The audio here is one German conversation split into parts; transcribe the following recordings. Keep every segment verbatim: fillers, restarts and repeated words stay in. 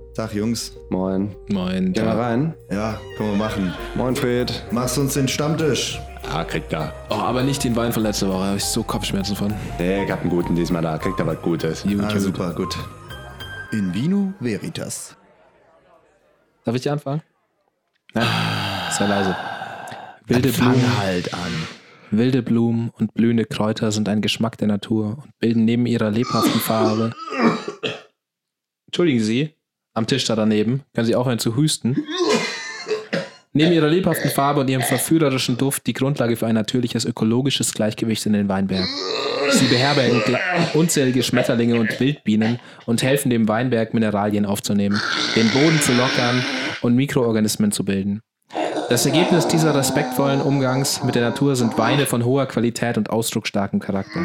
Tag, Jungs. Moin. Moin. Gehen wir rein? Ja, können wir machen. Moin, Fred. Machst uns den Stammtisch. Ah, kriegt er. Oh, aber nicht den Wein von letzter Woche. Da habe ich so Kopfschmerzen von. Nee, ich hab einen guten diesmal da. Kriegt er was Gutes. Gut, Ah, gut. super, gut. In vino veritas. Darf ich anfangen? Nein, sehr leise. Wilde Fang Blumen, halt an. wilde Blumen und blühende Kräuter sind ein Geschmack der Natur und bilden neben ihrer lebhaften Farbe. Entschuldigen Sie, am Tisch da daneben, können Sie aufhören zu husten. Neben ihrer lebhaften Farbe und ihrem verführerischen Duft die Grundlage für ein natürliches ökologisches Gleichgewicht in den Weinberg. Sie beherbergen unzählige Schmetterlinge und Wildbienen und helfen dem Weinberg, Mineralien aufzunehmen, den Boden zu lockern und Mikroorganismen zu bilden. Das Ergebnis dieser respektvollen Umgangs mit der Natur sind Weine von hoher Qualität und ausdrucksstarkem Charakter.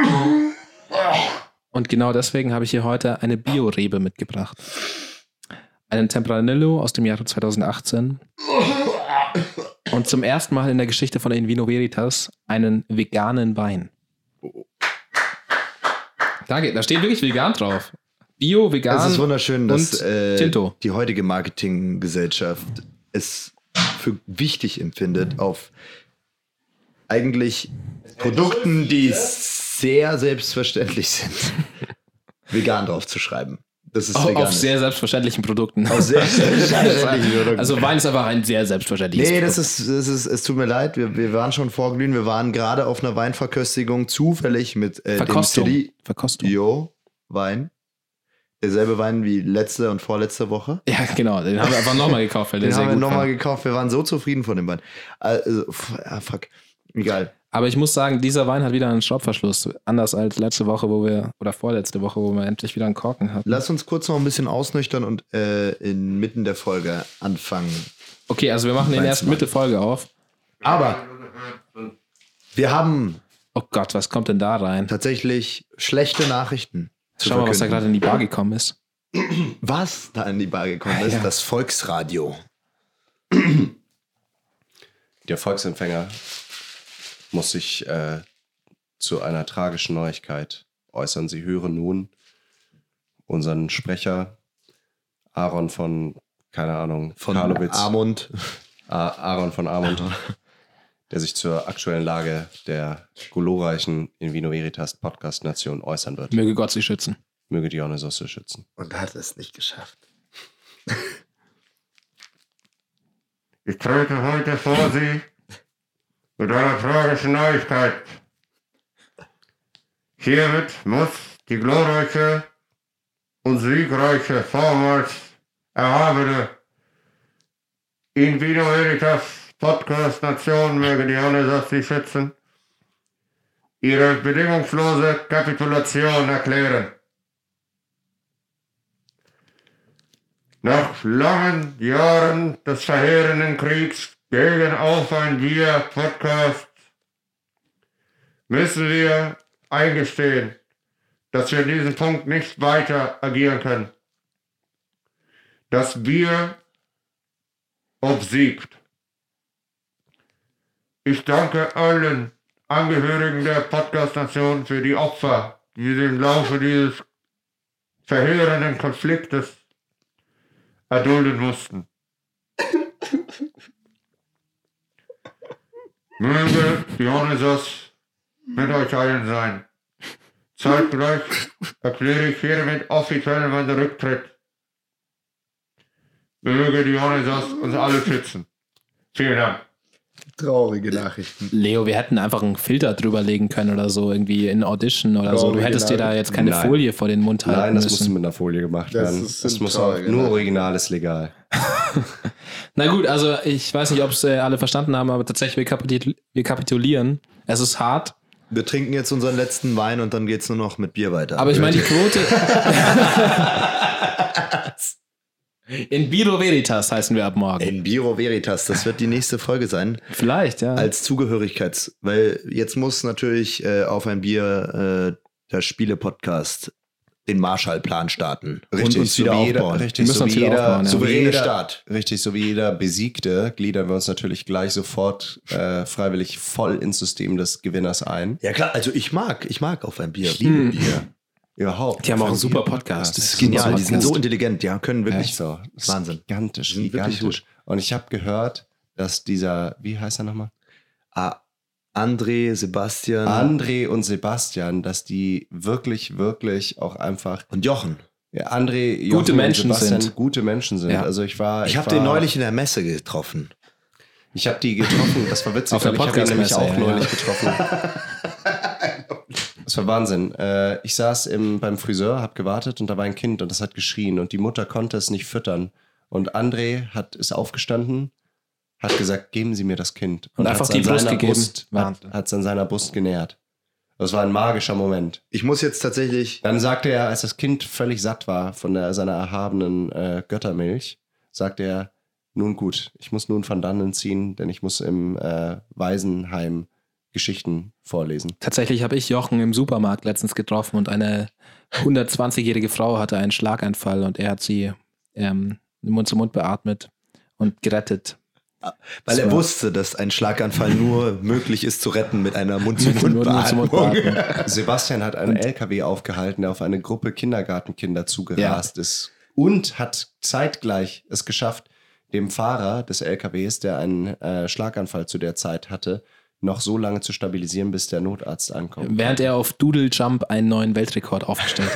Und genau deswegen habe ich hier heute eine Bio-Rebe mitgebracht. Einen Tempranillo aus dem Jahre zweitausendachtzehn und zum ersten Mal in der Geschichte von In Vino Veritas einen veganen Wein. Danke, da steht wirklich vegan drauf. Bio, vegan Es ist wunderschön, dass und äh, Tinto. die heutige Marketinggesellschaft es für wichtig empfindet, auf eigentlich Produkten, die sehr selbstverständlich sind, vegan drauf zu schreiben. Das ist Auf, vegan. auf sehr selbstverständlichen Produkten. Auf sehr selbstverständlichen Produkten. Also Wein ist einfach ein sehr selbstverständliches Nee, Produkt. das ist, das ist, es tut mir leid, wir, wir waren schon vorglühen, wir waren gerade auf einer Weinverköstigung, zufällig mit äh, Verkostung. dem City Verkostung. Jo Wein. Derselbe Wein wie letzte und vorletzte Woche. Ja, genau, den haben wir einfach nochmal gekauft. Weil der Den sehr haben wir gut nochmal war. gekauft, wir waren so zufrieden von dem Wein. Also, f- ah, fuck, egal. Aber ich muss sagen, dieser Wein hat wieder einen Schraubverschluss. Anders als letzte Woche, wo wir, oder vorletzte Woche, wo wir endlich wieder einen Korken hatten. Lass uns kurz noch ein bisschen ausnüchtern und äh, inmitten der Folge anfangen. Okay, also wir machen den Wein's erst mal. Mitte Folge auf. Aber wir haben Oh Gott, was kommt denn da rein? tatsächlich schlechte Nachrichten zu Schau mal, was da verkünden. gerade in die Bar gekommen ist. Was da in die Bar gekommen ist, Ja. das Volksradio. Der Volksempfänger muss sich äh, zu einer tragischen Neuigkeit äußern. Sie hören nun unseren Sprecher Aaron von, keine Ahnung, Von Karlowitz. Amund. A- Aaron von Amund, der sich zur aktuellen Lage der glorreichen In Vino Veritas Podcast-Nation äußern wird. Möge Gott sie schützen. Möge Dionysos sie schützen. Und hat es nicht geschafft. Ich trete heute vor Sie mit einer tragischen Neuigkeit. Hiermit muss die glorreiche und siegreiche, vormals erhabene In Vino Veritas Podcast Nation, möge Dionysos sie schützen, ihre bedingungslose Kapitulation erklären. Nach langen Jahren des verheerenden Kriegs gegen Auf ein Bier Podcast müssen wir eingestehen, dass wir in diesem Punkt nicht weiter agieren können. Das Bier obsiegt. Ich danke allen Angehörigen der Podcast-Nation für die Opfer, die sie im Laufe dieses verheerenden Konfliktes erdulden mussten. Möge Dionysos mit euch allen sein. Zeitgleich erkläre ich hiermit offiziell meinen Rücktritt. Möge Dionysos uns alle schützen. Vielen Dank. Traurige Nachrichten. Leo, wir hätten einfach einen Filter drüber legen können oder so, irgendwie in Audition oder so. Du Traurige hättest dir da jetzt keine Nein. Folie vor den Mund halten Nein, das müssen. muss mit einer Folie gemacht Das werden. ist- Das sind muss auch, traurige nur Nachrichten. Original ist legal. Na gut, also ich weiß nicht, ob es äh, alle verstanden haben, aber tatsächlich, wir, kapitul- wir kapitulieren. Es ist hart, Wir trinken jetzt unseren letzten Wein und dann geht's nur noch mit Bier weiter. aber ich meine, die Quote... In Vino Veritas heißen wir ab morgen. In Vino Veritas, das wird die nächste Folge sein. Vielleicht, ja. Als Zugehörigkeits... Weil jetzt muss natürlich äh, auf ein Bier äh, der Spiele-Podcast den Marshallplan starten. Richtig, und uns so wieder wie jeder, aufbauen. richtig, Wir müssen so uns wie wieder jeder, aufbauen, ja. so wie Souveräne jeder, Start. richtig, so wie jeder Besiegte gliedern wir uns natürlich gleich sofort äh, freiwillig voll ins System des Gewinners ein. Ja klar, also ich mag, ich mag auf ein Bier. Ich liebe Hm. Bier. Überhaupt. Die haben auch einen super Familie- Podcast. Das ist genial, die sind Podcast. so intelligent, ja, können wirklich Echt so. Das ist Wahnsinn. Gigantisch, Die sind wirklich gigantisch. Und ich habe gehört, dass dieser, wie heißt er nochmal? Ah, André, Sebastian André und Sebastian, dass die wirklich, wirklich auch einfach, und Jochen. ja, André, Jochen Gute und Menschen Sebastian sind. gute Menschen sind. Ja. Also ich war, Ich habe war- den neulich in der Messe getroffen. Ich habe die getroffen, das war witzig, Auf der weil ich habe ihn nämlich auch Podcast-Messe, ja, neulich ja. getroffen. Das war Wahnsinn. Äh, ich saß im, beim Friseur, habe gewartet und da war ein Kind und das hat geschrien und die Mutter konnte es nicht füttern. Und André hat, ist aufgestanden, hat gesagt, geben Sie mir das Kind. Und einfach hat's die an Brust seiner gegeben. Brust, hat Wahnsinn. es an seiner Brust genährt. Das war ein magischer Moment. Ich muss jetzt tatsächlich, Dann sagte er, als das Kind völlig satt war von der, seiner erhabenen äh, Göttermilch, sagte er, nun gut, ich muss nun von dannen ziehen, denn ich muss im äh, Waisenheim Geschichten vorlesen. Tatsächlich habe ich Jochen im Supermarkt letztens getroffen und eine hundertzwanzigjährige Frau hatte einen Schlaganfall und er hat sie ähm, Mund zu Mund beatmet und gerettet. weil Das er war- wusste, dass ein Schlaganfall nur möglich ist zu retten mit einer Mit Mund zu Mund Mund-zu-Mund-Beatmung. beatmen. Sebastian hat einen L K W aufgehalten, der auf eine Gruppe Kindergartenkinder zugerast ist und hat zeitgleich es geschafft, dem Fahrer des L K Ws, der einen äh, Schlaganfall zu der Zeit hatte, noch so lange zu stabilisieren, bis der Notarzt ankommt. Während er auf Doodle Jump einen neuen Weltrekord aufgestellt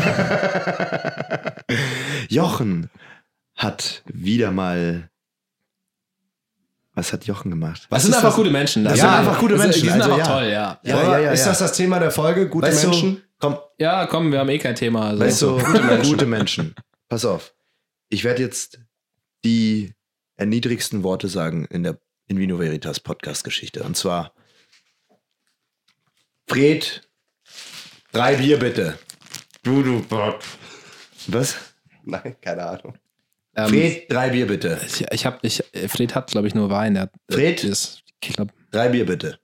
hat. Jochen hat wieder mal. Was hat Jochen gemacht? Das sind ist einfach das? gute Menschen. Das Das sind sind einfach gute das sind- Menschen, Die sind also einfach ja. toll, ja. Ja, Aber ja, ja, ist ja. das das Thema der Folge? Gute Weißt Menschen? du, komm, Ja, komm, wir haben eh kein Thema. Also. weißt du, gute Menschen. gute Menschen. Pass auf. Ich werde jetzt die erniedrigsten Worte sagen in der In Vino Veritas Podcast-Geschichte. Und zwar: Fred, drei Bier bitte. Du, du Gott. Was? Nein, keine Ahnung. ähm, Fred, drei Bier bitte. ich, ich hab, ich, Fred hat, glaube ich, nur Wein. Er, Fred? Ist, ich glaub, Drei Bier bitte.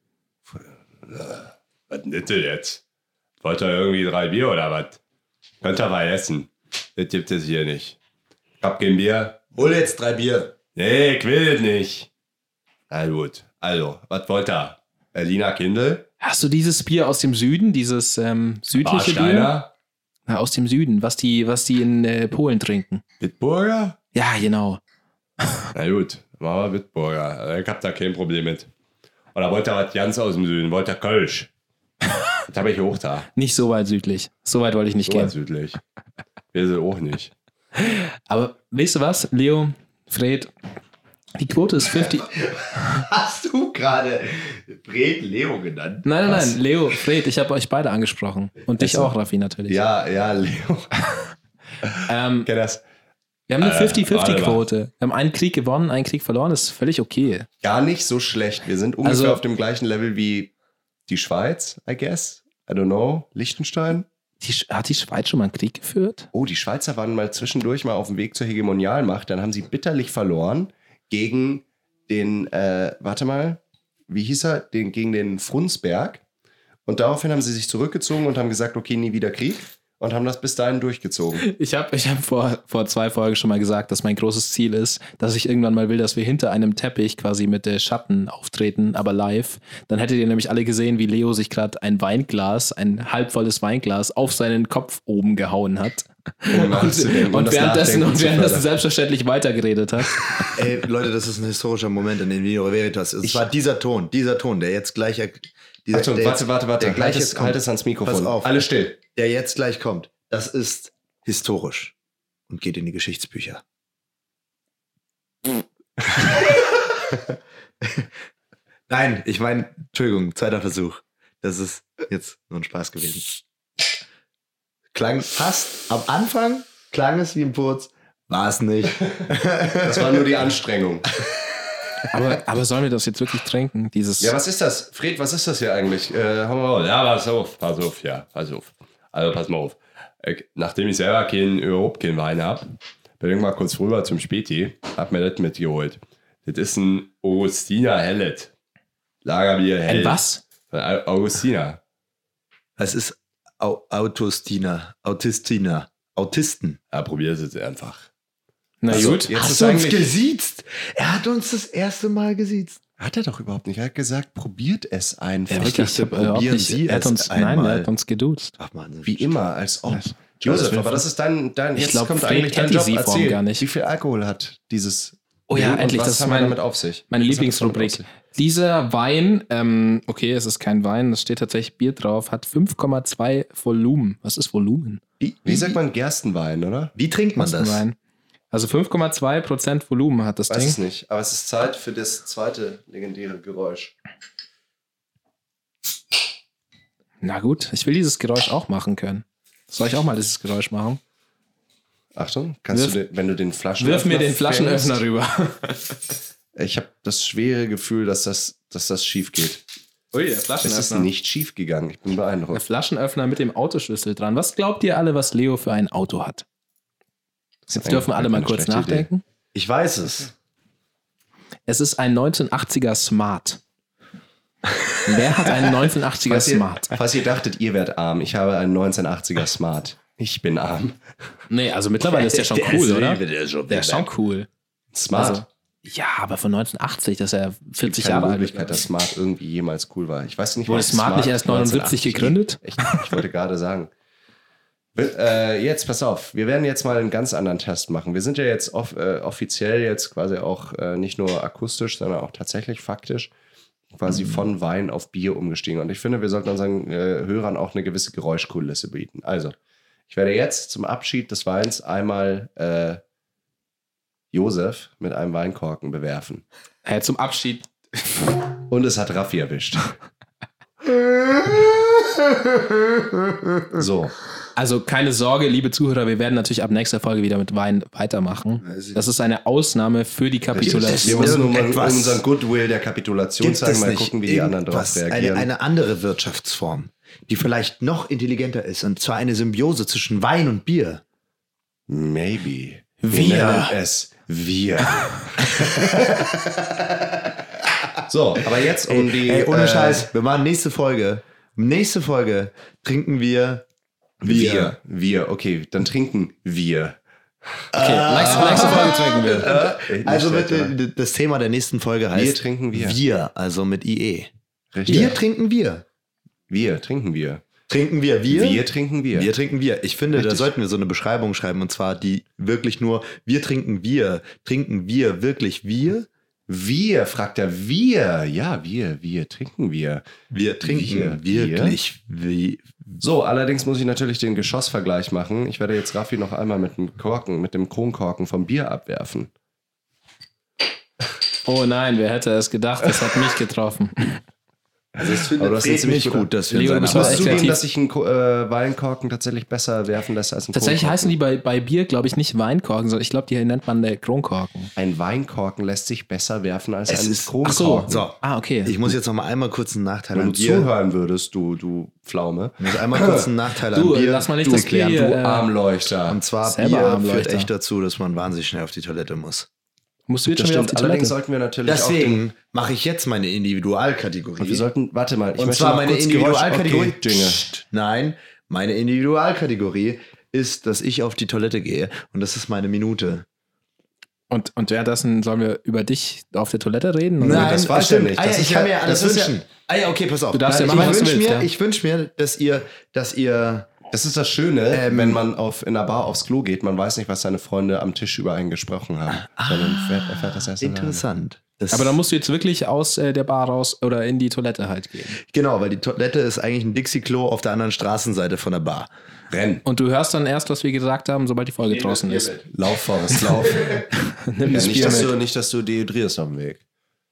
Was ist das jetzt? Wollt ihr irgendwie drei Bier oder was? Könnt ihr vergessen. Das gibt es hier nicht. Ich hab kein Bier. Hol jetzt drei Bier. Nee, ich will das nicht. Na gut. Also, was wollt ihr? Berliner Kindle? hast du dieses Bier aus dem Süden, dieses ähm, südliche Bier? Barsteiner? Ja, aus dem Süden, was die, was die in äh, Polen trinken. Bitburger? Ja, genau. Na gut, machen wir Bitburger. Ich hab da kein Problem mit. Oder wollt ihr was ganz aus dem Süden? Wollt ihr Kölsch? Das habe ich auch da. Nicht so weit südlich. So weit wollte ich nicht So gehen. weit südlich. Wir sind auch nicht. Aber weißt du was, Leo, Fred, die Quote ist fünfzig. Hast du gerade Fred Leo genannt? Nein, nein, Was? nein, Leo, Fred, ich habe euch beide angesprochen. Und dich so. auch, Raffi, natürlich. Ja, ja, Leo. Ähm, Kenn das. wir haben eine Äh, fünfzig-fünfzig-Quote. Wir haben einen Krieg gewonnen, einen Krieg verloren, das ist völlig okay. Gar nicht so schlecht. Wir sind ungefähr Also- auf dem gleichen Level wie die Schweiz, I guess. I don't know. Liechtenstein. Die, Sch- hat die Schweiz schon mal einen Krieg geführt? Oh, die Schweizer waren mal zwischendurch mal auf dem Weg zur Hegemonialmacht. Dann haben sie bitterlich verloren gegen den, äh, warte mal, wie hieß er? Den, gegen den Frundsberg. Und daraufhin haben sie sich zurückgezogen und haben gesagt, okay, nie wieder Krieg. Und haben das bis dahin durchgezogen. Ich habe ich hab vor, vor zwei Folgen schon mal gesagt, dass mein großes Ziel ist, dass ich irgendwann mal will, dass wir hinter einem Teppich quasi mit äh, Schatten auftreten, aber live. Dann hättet ihr nämlich alle gesehen, wie Leo sich gerade ein Weinglas, ein halbvolles Weinglas auf seinen Kopf oben gehauen hat. Um nachzudenken, um Und das währenddessen, Nachdenken und zu währenddessen fördern. selbstverständlich weitergeredet hat. Ey, Leute, das ist ein historischer Moment in den Vino Veritas. Es war dieser Ton, dieser Ton, der jetzt gleich. Dieser, Achtung, der warte, jetzt, warte, warte. Der Halt gleich es, jetzt halt kommt. es ans Mikrofon. Pass auf. Alle still. Der jetzt gleich kommt. Das ist historisch und geht in die Geschichtsbücher. Nein, ich meine, Entschuldigung, zweiter Versuch. Das ist jetzt nur ein Spaß gewesen. Klang fast am Anfang, klang es wie ein Purz, war es nicht. Das war nur die Anstrengung. Aber, aber sollen wir das jetzt wirklich trinken? Dieses Ja, was ist das? Fred, was ist das hier eigentlich? Äh, hau mal raus. Ja, pass auf, pass auf, ja, pass auf. Also pass mal auf. Ich, nachdem ich selber keinen, überhaupt keinen Wein habe, bin ich mal kurz rüber zum Späti, hab mir das mitgeholt. Das ist ein Augustiner Hellet. Lagerbier Hell. ein was? Von Au- Augustiner. Es ist Au Autostina, Autistina, Autisten. Ja, probier es jetzt einfach. Na Also, gut. jetzt Hast ist du uns eigentlich- gesiezt? Er hat uns das erste Mal gesiezt. Hat er doch überhaupt nicht. Er hat gesagt, probiert es einfach. Ja, Ich wirklich, dachte, überhaupt probieren nicht. Sie er hat es uns, Nein, einmal. er hat uns geduzt. Ach man, Wie immer, als ob. Was? Josef, Was? aber das ist dein, dein Ich jetzt glaub, kommt Frank eigentlich dein kennt Job. die Sie-Form Erzähl, gar nicht. wie viel Alkohol hat dieses Oh ja, Bier und endlich, was das ist haben wir mein- damit auf sich? Meine Was hat das damit Lieblingsrubrik. auf sich? Dieser Wein, ähm, okay, es ist kein Wein, es steht tatsächlich Bier drauf, hat fünf Komma zwei Volumen. Was ist Volumen? Wie, Wie sagt man Gerstenwein, oder? wie trinkt man das? Wein. Also fünf Komma zwei Prozent Volumen hat das Weiß es Ding. nicht, aber es ist Zeit für das zweite legendäre Geräusch. Na gut, ich will dieses Geräusch auch machen können. Soll ich auch mal dieses Geräusch machen? Achtung, kannst Wirf- du, den, wenn du den Flaschenöffner Wirf mir den Flaschenöffner fährst- rüber. Ich habe das schwere Gefühl, dass das, dass das schief geht. Ui, der Es ist Flaschenöffner. nicht schief gegangen. Ich bin Der beeindruckt. Flaschenöffner mit dem Autoschlüssel dran. Was glaubt ihr alle, was Leo für ein Auto hat? Das ist Jetzt eigentlich dürfen alle mal keine kurz schlechte Idee. nachdenken. Ich weiß es. Es ist ein neunzehnhundertachtziger Smart. Wer hat einen neunzehnhundertachtziger Falls ihr, Smart? falls ihr dachtet, ihr werdet arm, ich habe einen neunzehnhundertachtziger Smart. Ich bin arm. Nee, also mittlerweile ist der schon cool, oder? Der ist schon, Der ist schon cool. Smart. Also, ja, aber von neunzehnhundertachtzig, das ist ja vierzig Keine Jahre alt. Möglichkeit, dass Smart irgendwie jemals cool war. Ich weiß nicht, Wurde was Smart nicht erst neunundsiebzig neunzehnhundertachtzig gegründet? Echt, ich wollte gerade sagen. Äh, jetzt, pass auf, wir werden jetzt mal einen ganz anderen Test machen. Wir sind ja jetzt off, äh, offiziell jetzt quasi auch äh, nicht nur akustisch, sondern auch tatsächlich faktisch quasi von Wein auf Bier umgestiegen. Und ich finde, wir sollten unseren äh, Hörern auch eine gewisse Geräuschkulisse bieten. Also, ich werde jetzt zum Abschied des Weins einmal äh, Josef mit einem Weinkorken bewerfen. Äh, zum Abschied. Und es hat Raffi erwischt. So. Also keine Sorge, liebe Zuhörer, wir werden natürlich ab nächster Folge wieder mit Wein weitermachen. Das ist eine Ausnahme für die Wir Kapitulation. müssen nur mal Irgendetwas unseren Goodwill der Kapitulation Gibt zeigen, es mal nicht gucken, wie die anderen darauf irgendwas, reagieren. Eine, eine andere Wirtschaftsform, die vielleicht noch intelligenter ist, und zwar eine Symbiose zwischen Wein und Bier. Maybe. Wir. nennen es wir. So, aber jetzt um die. Ey, ohne äh, Scheiß, wir machen nächste Folge. Nächste Folge trinken wir Wir. Wir, okay, dann trinken wir. Okay, nächste, nächste Folge trinken wir. Echt Also nicht wird, schlecht, äh, das Thema der nächsten Folge heißt Wir trinken wir. Wir, also mit I E. oder? Richtig. Wir trinken wir. Wir trinken wir. Trinken wir wir? Wir trinken wir. Wir trinken wir. Ich finde, da Richtig. sollten wir so eine Beschreibung schreiben, und zwar die wirklich nur, wir trinken wir. Trinken wir wirklich wir? Wir, fragt er, wir. Ja, wir, wir trinken wir. Wir trinken Wir, wirklich wie. So, allerdings muss ich natürlich den Geschossvergleich machen. Ich werde jetzt Raffi noch einmal mit dem Korken, mit dem Kronkorken vom Bier abwerfen. Oh nein, wer hätte es gedacht, das hat mich getroffen. Also ich finde Aber das ist ziemlich nicht gut. gut, dass wir Leo, in du Ich seiner bist muss echt zugeben, kreativ. dass sich ein Ko- äh, Weinkorken tatsächlich besser werfen lässt als ein Tatsächlich Kronkorken. heißen die bei, bei Bier, glaube ich, nicht Weinkorken, sondern ich glaube, die nennt man der Kronkorken. Ein Weinkorken lässt sich besser werfen als Es ein ist- Kronkorken. So, Ah, okay. ich muss jetzt noch mal einmal kurz einen Nachteil Wenn an du Bier. zuhören würdest, du, du Pflaume. Ich muss einmal kurz einen Nachteil Du, an Bier. lass mal nicht du, das Bier erklären. hier, Du äh, Armleuchter. Und zwar selber Bier Armleuchter. führt echt dazu, dass man wahnsinnig schnell auf die Toilette muss. Musst du jetzt Das schon wieder auf die stimmt. Allerdings Toilette? sollten wir natürlich auch den, Deswegen mache ich jetzt meine Individualkategorie. und wir sollten, warte mal, ich Und möchte zwar noch meine kurz Individualkategorie. Geräusch- Okay, Jingle. Psst, nein, meine Individualkategorie ist, dass ich auf die Toilette gehe. Und das ist meine Minute. Und, und währenddessen sollen wir über dich auf der Toilette reden? oder? Nein, das weiß stimmt. er nicht. Ah, Das ja, ist ich kann ja- mir ja alles das ist ja- wünschen. Ah ja, okay, pass auf. Du darfst ja ich machen, was du wünsch willst, mir, ja. Ich wünsche mir, dass ihr, dass ihr Das ist das Schöne, Ähm, wenn man auf, in einer Bar aufs Klo geht, man weiß nicht, was seine Freunde am Tisch über einen gesprochen haben, sondern fährt, erfährt das erst im interessant. Das Aber dann musst du jetzt wirklich aus äh, der Bar raus oder in die Toilette halt gehen. genau, weil die Toilette ist eigentlich ein Dixie-Klo auf der anderen Straßenseite von der Bar. Rennen. Und du hörst dann erst, was wir gesagt haben, sobald die Folge draußen ist. Lauf, Forrest, lauf. Nimm Ja, das nicht, Bier dass mit. du, nicht, dass du dehydrierst auf dem Weg.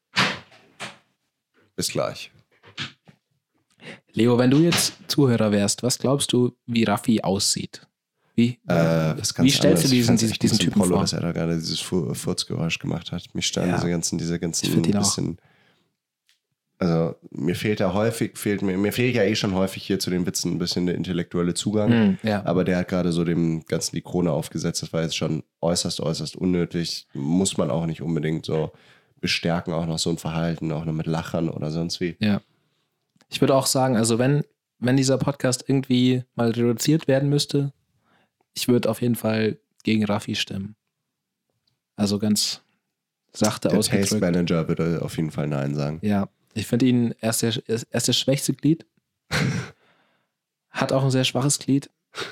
Bis gleich. Leo, wenn du jetzt Zuhörer wärst, was glaubst du, wie Raffi aussieht? Wie? Äh, was ganz Wie stellst du anderes. Ich diesen- fand's diesen- echt ein diesen bisschen Typen Prollo, vor? dass er da gerade dieses Fu- Furzgeräusch gemacht hat. Mich stören Ja. diese ganzen, diese ganzen Ich find ihn auch. bisschen. Also mir fehlt ja häufig, fehlt mir, mir fehlt ja eh schon häufig hier zu den Witzen ein bisschen der intellektuelle Zugang. Hm, ja. Aber der hat gerade so dem Ganzen die Krone aufgesetzt. Das war jetzt schon äußerst, äußerst unnötig. Muss man auch nicht unbedingt so bestärken, auch noch so ein Verhalten, auch noch mit Lachern oder sonst wie. Ja. Ich würde auch sagen, also wenn, wenn dieser Podcast irgendwie mal reduziert werden müsste, ich würde auf jeden Fall gegen Raffi stimmen. Also ganz, Sachte Der Taste ausgedrückt. Manager würde auf jeden Fall Nein sagen. Ja, ich finde ihn erst der, erst das schwächste Glied. Hat auch ein sehr schwaches Glied.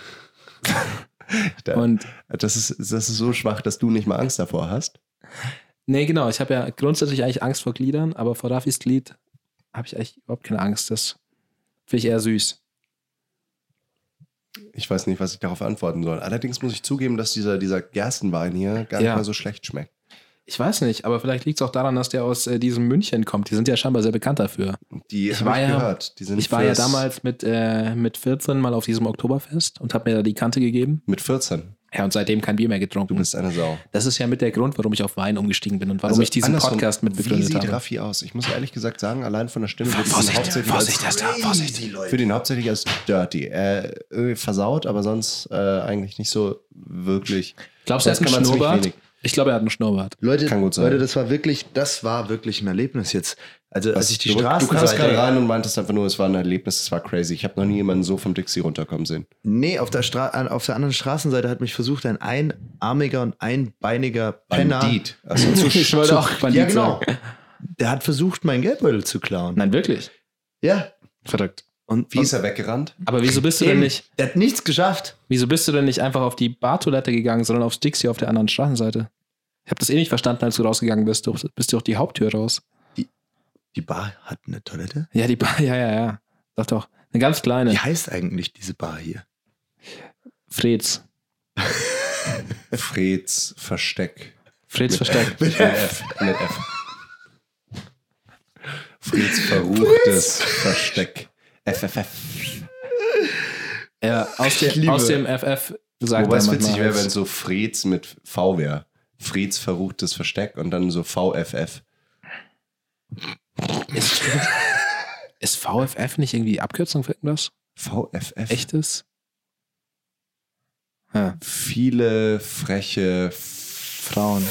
Da, Und das, ist, das ist so schwach, dass du nicht mal Angst davor hast. nee, genau, ich habe ja grundsätzlich eigentlich Angst vor Gliedern, aber vor Raffis Glied habe ich eigentlich überhaupt keine Angst. Das finde ich eher süß. Ich weiß nicht, was ich darauf antworten soll. Allerdings muss ich zugeben, dass dieser, dieser Gerstenwein hier gar Ja. nicht mal so schlecht schmeckt. Ich weiß nicht, aber vielleicht liegt es auch daran, dass der aus äh, diesem München kommt. Die sind ja scheinbar sehr bekannt dafür. Die Ich habe war ich ja- gehört. Die sind Ich war ja fürs- damals mit, äh, mit vierzehn mal auf diesem Oktoberfest und habe mir da die Kante gegeben. Mit vierzehn. Ja, und seitdem kein Bier mehr getrunken. Du bist eine Sau. Das ist ja mit der Grund, warum ich auf Wein umgestiegen bin und warum Also ich diesen andersrum, Podcast mit Wie begründet sieht habe. Raffi aus? Ich muss ehrlich gesagt sagen, allein von der Stimme würde ich ihn Vorsicht, hauptsächlich Vorsicht, als, Esther, Vorsicht. für den hauptsächlich als dirty. Äh, irgendwie versaut, aber sonst äh, eigentlich nicht so wirklich. Glaubst du, er hat Das kann einen man ziemlich Schnurrbart? wenig. Ich glaube, er hat einen Schnurrbart. Leute, Kann gut sein. Leute, das war wirklich, das war wirklich ein Erlebnis jetzt. Also als ich die du, du kamst gerade Straßenseite... rein und meintest einfach nur, es war ein Erlebnis, es war crazy. Ich habe noch nie jemanden so vom Dixie runterkommen sehen. Nee, auf der, Stra an- auf der anderen Straßenseite hat mich versucht, ein einarmiger und einbeiniger Penner Bandit. Also zu, Ich wollte auch Bandit Ja, genau. sagen. Der hat versucht, meinen Geldbeutel zu klauen. Nein, wirklich? Ja. Verrückt. Und wie ist er weggerannt? Aber wieso bist du denn Eben, nicht, Der hat nichts geschafft. wieso bist du denn nicht einfach auf die Bartoilette gegangen, sondern aufs Dixie auf der anderen Straßenseite? Ich habe das eh nicht verstanden, als du rausgegangen bist. Du bist du auch die Haupttür raus. Die Bar hat eine Toilette? Ja, die Bar, ja, ja, ja. Doch, doch. Eine ganz kleine. Wie heißt eigentlich diese Bar hier? Freds. Freds Versteck. Freds Versteck. Mit F. Mit F. Freds verruchtes Versteck. F F F. Ja, aus, der, liebe- aus dem F F sagt Wobei er es manchmal witzig wäre, als- wenn so Freds mit V wäre. Freds verruchtes Versteck und dann so V F F. Ist, ist V F F nicht irgendwie die Abkürzung für irgendwas? V F F. Echtes? Ja, Viele freche Frauen.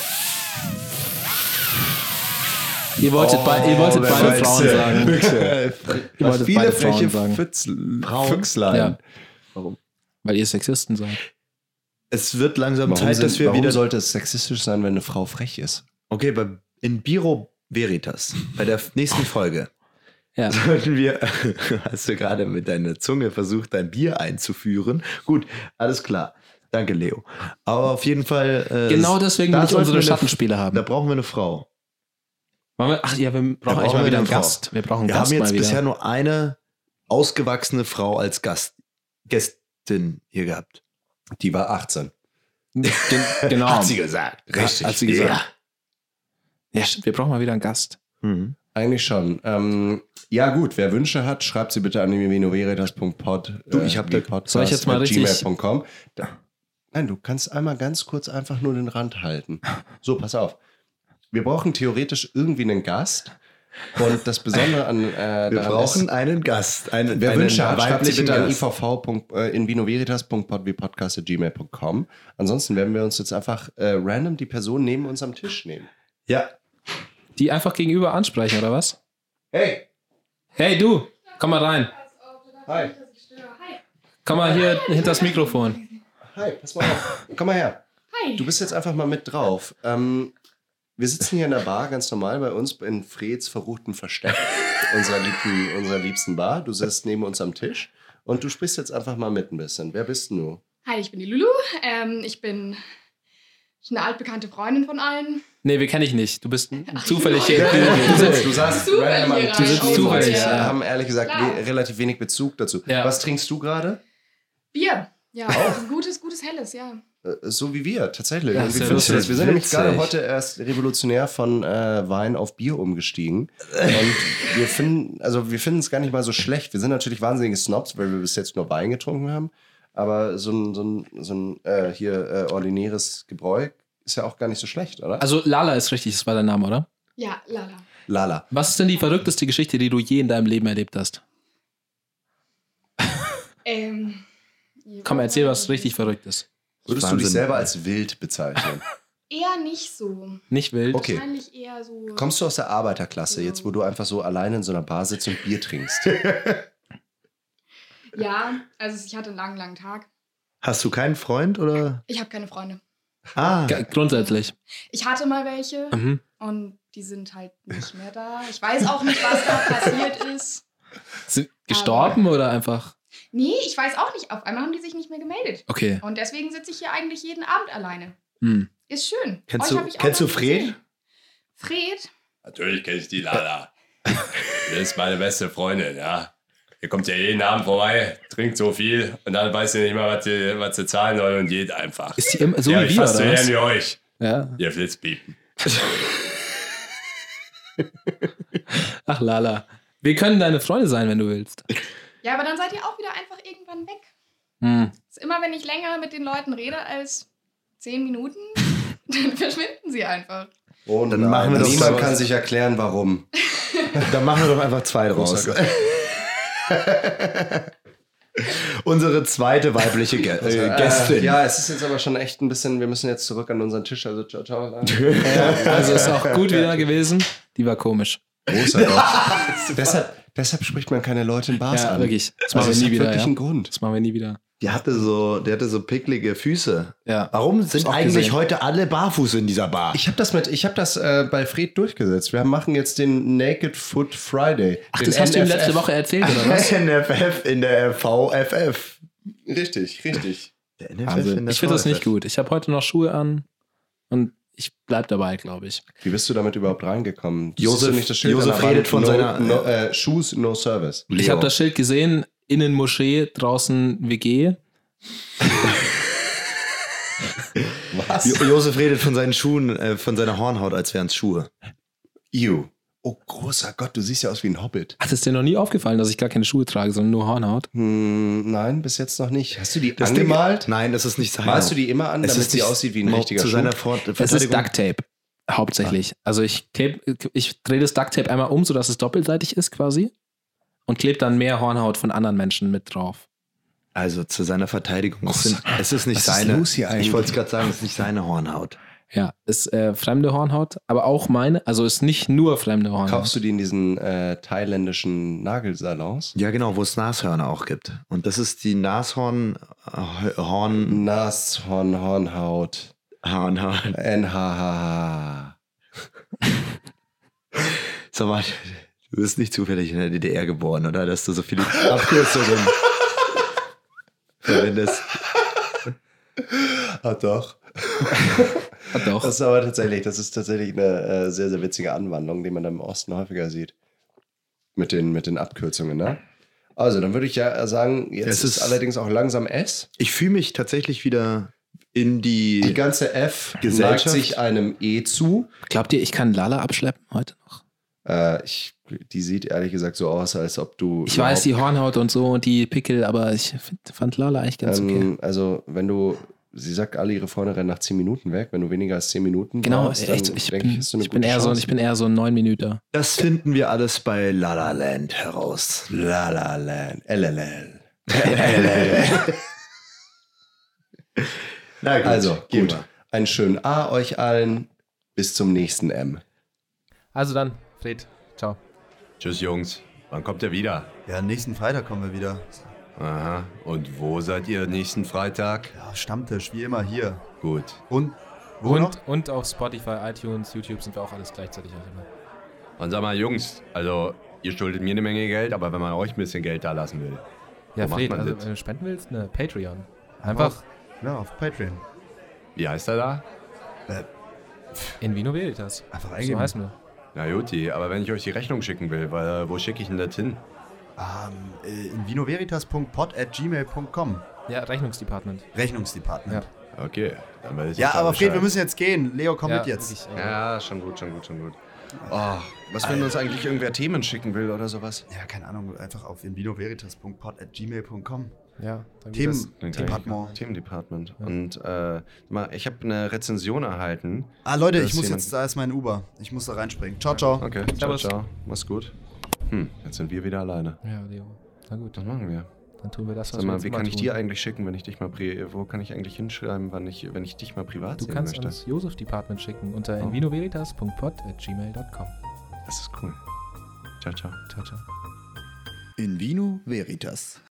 Ihr wolltet, Oh, bei, ihr wolltet wer beide weiß, Frauen äh, sagen. Ihr wolltet viele beide freche Frauen sagen. Fützl- Frauen? Füchslein. Ja. Warum? Weil ihr Sexisten seid. Es wird langsam Warum, Zeit, sind, dass wir warum wieder... sollte es sexistisch sein, wenn eine Frau frech ist? Okay, bei, in Biro Veritas, bei der nächsten Folge, Ja. sollten wir... Hast du gerade mit deiner Zunge versucht, dein Bier einzuführen? Gut, alles klar. Danke, Leo. Aber auf jeden Fall... Äh, Genau deswegen da will ich sollten unsere wir eine- Schattenspiele haben. Da brauchen wir eine Frau. Wollen wir, ach ja, wir brauchen Da eigentlich brauchen mal wir wieder eine einen Frau. Gast. Wir brauchen einen Wir Gast haben jetzt mal wieder. bisher nur eine ausgewachsene Frau als Gast, Gästin hier gehabt. Die war achtzehn. Gen genau. Hat sie gesagt. Richtig. Hat sie gesagt. Ja, stimmt. Wir brauchen mal wieder einen Gast. Ja. Mhm. Eigentlich schon. Ähm, ja gut, wer Wünsche hat, schreibt sie bitte an vinoveritas punkt pod. Du, ich hab wie da- Podcast soll ich jetzt mal at richtig- gmail punkt com. Da, nein, du kannst einmal ganz kurz einfach nur den Rand halten. So, pass auf. Wir brauchen theoretisch irgendwie einen Gast. Und das Besondere an äh, Wir daran brauchen ist, einen Gast. Einen, wer einen Wünsche hat, schreibt sie weiblichen bitte an Gast. ivv. äh, in vinoveritas punkt pod wie podcast at gmail punkt com. Ansonsten werden wir uns jetzt einfach äh, random die Person neben uns am Tisch nehmen. Ja. Die einfach gegenüber ansprechen, oder was? Hey! Hey, du! Komm mal rein. Hi! Komm mal hier hinter das Mikrofon. Hi, pass mal auf. Komm mal her. Hi. Du bist jetzt einfach mal mit drauf. Ähm, wir sitzen hier in der Bar, ganz normal bei uns in Freds verruchten Versteck, unserer, liebsten, unserer liebsten Bar. Du sitzt neben uns am Tisch und du sprichst jetzt einfach mal mit ein bisschen. Wer bist denn du? Hi, ich bin die Lulu. Ähm, ich bin eine altbekannte Freundin von allen. Nee, wir kenne ich nicht. Du bist zufällig Ach, hier. ja. Du sitzt, Du saßt Zufällig random am hier Tisch. rein. Du sitzt neben zufällig, uns. Wir ja. haben ehrlich gesagt Klar. we relativ wenig Bezug dazu. Ja. Was trinkst du gerade? Bier. Ja, ein gutes, gutes Helles, ja. Äh, So wie wir, tatsächlich. Ja, Und wie sehr findest du das? lustig. Wir sind nämlich Witzig. gerade heute erst revolutionär von äh, Wein auf Bier umgestiegen. Und wir finden, also wir finden es gar nicht mal so schlecht. Wir sind natürlich wahnsinnige Snobs, weil wir bis jetzt nur Wein getrunken haben. Aber so ein, so ein, so ein äh, hier äh, ordinäres Gebräu ist ja auch gar nicht so schlecht, oder? also Lala ist richtig, das war dein Name, oder? Ja, Lala. Lala. Was ist denn die verrückteste Geschichte, die du je in deinem Leben erlebt hast? Ähm, Komm, erzähl was richtig Verrücktes. Würdest du Wahnsinn. dich selber als wild bezeichnen? Eher nicht so. Nicht wild. Okay. Wahrscheinlich eher so. Kommst du aus der Arbeiterklasse, jetzt wo du einfach so alleine in so einer Bar sitzt und Bier trinkst? Ja, also ich hatte einen langen, langen Tag. Hast du keinen Freund oder? Ich habe keine Freunde. Ah, G- grundsätzlich. Ich hatte mal welche Mhm. und die sind halt nicht mehr da. Ich weiß auch nicht, was da passiert ist. Sind gestorben oder einfach? Nee, ich weiß auch nicht. Auf einmal haben die sich nicht mehr gemeldet. Okay. Und deswegen sitze ich hier eigentlich jeden Abend alleine. Hm. Ist schön. kennst Euch du, hab ich auch kennst du noch Fred? gesehen. Fred? Natürlich kenne ich die Lala. Das ist meine beste Freundin, ja. Ihr kommt ja jeden Abend vorbei, trinkt so viel und dann weiß ihr nicht mal, was sie, was sie zahlen soll und geht einfach. Ist die immer so ja, wie ich wir, fast so oder gern was? wie euch. Ja. Ihr Flitzpiepen. Ach, Lala. Wir können deine Freunde sein, wenn du willst. Ja, aber dann seid ihr auch wieder einfach irgendwann weg. Hm. Ist immer, wenn ich länger mit den Leuten rede als zehn Minuten, dann verschwinden sie einfach. Und Dann machen wir doch niemand mal- kann sich erklären, warum. Dann machen wir doch einfach zwei draus. Unsere zweite weibliche Gä äh, Gästin. Äh, ja, es ist jetzt aber schon echt ein bisschen, wir müssen jetzt zurück an unseren Tisch. Also ciao, ciao. Also ist auch gut wieder gewesen. Die war komisch. Großer Gott. deshalb, deshalb spricht man keine Leute in Bars Ja, an. wirklich. Das Also machen es wir hat nie wieder. wirklich Ja. einen Grund. Das machen wir nie wieder. Die hatte so, die hatte so picklige Füße. Ja. Warum sind auch eigentlich gesehen. heute alle barfuß in dieser Bar? Ich habe das mit, ich habe das äh, bei Fred durchgesetzt. Wir machen jetzt den Naked Foot Friday. Ach, den das hast du ihm N F F. letzte Woche erzählt, oder was? N F F in der V F F. Richtig, richtig. Der N F F Also, in der ich finde das V F F. nicht gut. Ich habe heute noch Schuhe an und ich bleib dabei, glaube ich. Wie bist du damit überhaupt reingekommen? Josef- Siehst du nicht das Schild Josef an der Wand? redet von no, seiner- no, äh, Shoes, no service. Ich habe das Schild gesehen, innen Moschee, draußen W G. Was? Jo- Josef redet von seinen Schuhen, äh, von seiner Hornhaut, als wären es Schuhe. You. Oh, großer Gott, du siehst ja aus wie ein Hobbit. Ach, das ist dir noch nie aufgefallen, dass ich gar keine Schuhe trage, sondern nur Hornhaut? Hm, nein, bis jetzt noch nicht. Hast du die Das Ding- angemalt? Nein, das ist nicht seine. Malst du die immer an, Es damit ist sie nicht- aussieht wie ein überhaupt richtiger zu Schuh? seiner Fort- Es ist Verteidigung. Duct Tape, hauptsächlich. Also ich kleb, ich drehe das Duct Tape einmal um, sodass es doppelseitig ist quasi und klebe dann mehr Hornhaut von anderen Menschen mit drauf. Also zu seiner Verteidigung. Es, sind, es ist nicht Was ist seine. los hier eigentlich? Ich wollte es gerade sagen, es ist nicht seine Hornhaut. Ja, ist äh, fremde Hornhaut, aber auch meine, also ist nicht nur fremde Hornhaut. Kaufst du die in diesen äh, thailändischen Nagelsalons? Ja, genau, wo es Nashörner auch gibt. Und das ist die Nashorn äh, Horn Nashorn, Hornhaut. Hornhaut. N H H H. Sag mal, du bist nicht zufällig in der D D R geboren, oder? Dass du so viele Abkürzungen verwendest. Ah, doch. Hat doch. Das ist aber tatsächlich, das ist tatsächlich eine äh, sehr, sehr witzige Anwandlung, die man im Osten häufiger sieht. Mit den, mit den Abkürzungen, ne? Also, dann würde ich ja sagen, jetzt Es ist, ist- allerdings auch langsam S. Ich fühle mich tatsächlich wieder in die. Die ganze F Gesellschaft? neigt sich einem E zu. Glaubt ihr, ich kann Lala abschleppen heute noch? Äh, ich, die sieht ehrlich gesagt so aus, als ob du. Ich weiß, die Hornhaut und so und die Pickel, aber ich find, fand Lala eigentlich ganz okay. ähm, Also, wenn du. Sie sagt, alle ihre Freunde rennen nach zehn Minuten weg. Wenn du weniger als zehn Minuten Genau, brauchst, dann echt, ich, denke bin, hast du eine ich, bin gute eher so, Chance. ich bin eher so ein neun Minüter. Das finden wir alles bei La La Land heraus. La La Land. L L L. Na gut, Also, gehen gut. wir. Einen schönen A euch allen. Bis zum nächsten M. Also dann, Fred, ciao. Tschüss, Jungs. Wann kommt ihr wieder? Ja, nächsten Freitag kommen wir wieder. Aha. Und wo seid ihr nächsten Freitag? Ja, Stammtisch, wie immer hier. Gut. Und wo noch? Und, und auf Spotify, iTunes, YouTube sind wir auch alles gleichzeitig. Und sag mal, Jungs, also ihr schuldet mir eine Menge Geld, aber wenn man euch ein bisschen Geld da lassen will. Ja, Wo macht Fred, man also das? wenn du spenden willst, eine Patreon. Einfach Ja, auf Patreon. Wie heißt er da? in Vino Veritas. Einfach So eingeben. heißen wir. Na Juti, aber wenn ich euch die Rechnung schicken will, weil, wo schicke ich denn das hin? Ähm, äh, in vinoveritas punkt pod at gmail punkt com. Ja, Rechnungsdepartment. Rechnungsdepartment. Okay, dann weiß ich Ja, da aber Fred, Bescheid. wir müssen jetzt gehen. Leo, komm ja, mit jetzt. wirklich, äh, Ja, schon gut, schon gut, schon gut. Oh, was, wenn uns eigentlich irgendwer Themen schicken will oder sowas? Ja, keine Ahnung, einfach auf in vinoveritas punkt pod at gmail punkt com. ja, dann geht das. Themen, Departement. Themendepartment. Und äh, mal, ich habe eine Rezension erhalten. Ah, Leute, Das ich muss jemand- jetzt, da ist mein Uber. Ich muss da reinspringen. Ciao, ciao. Okay, ciao, Servus. ciao. Mach's gut. Hm, jetzt sind wir wieder alleine. Ja, Leo. Na gut, Was machen wir? dann tun wir das, was Sag wir mal, jetzt wie immer kann ich tun. dir eigentlich schicken, wenn ich dich mal pri wo kann ich eigentlich hinschreiben, wann ich, wenn ich dich mal privat Du sehen kannst möchte? ans Josef Department schicken unter Oh. invinoveritas punkt pod at gmail punkt com. Das ist cool. Ciao, ciao. Ciao, ciao. In Vino Veritas.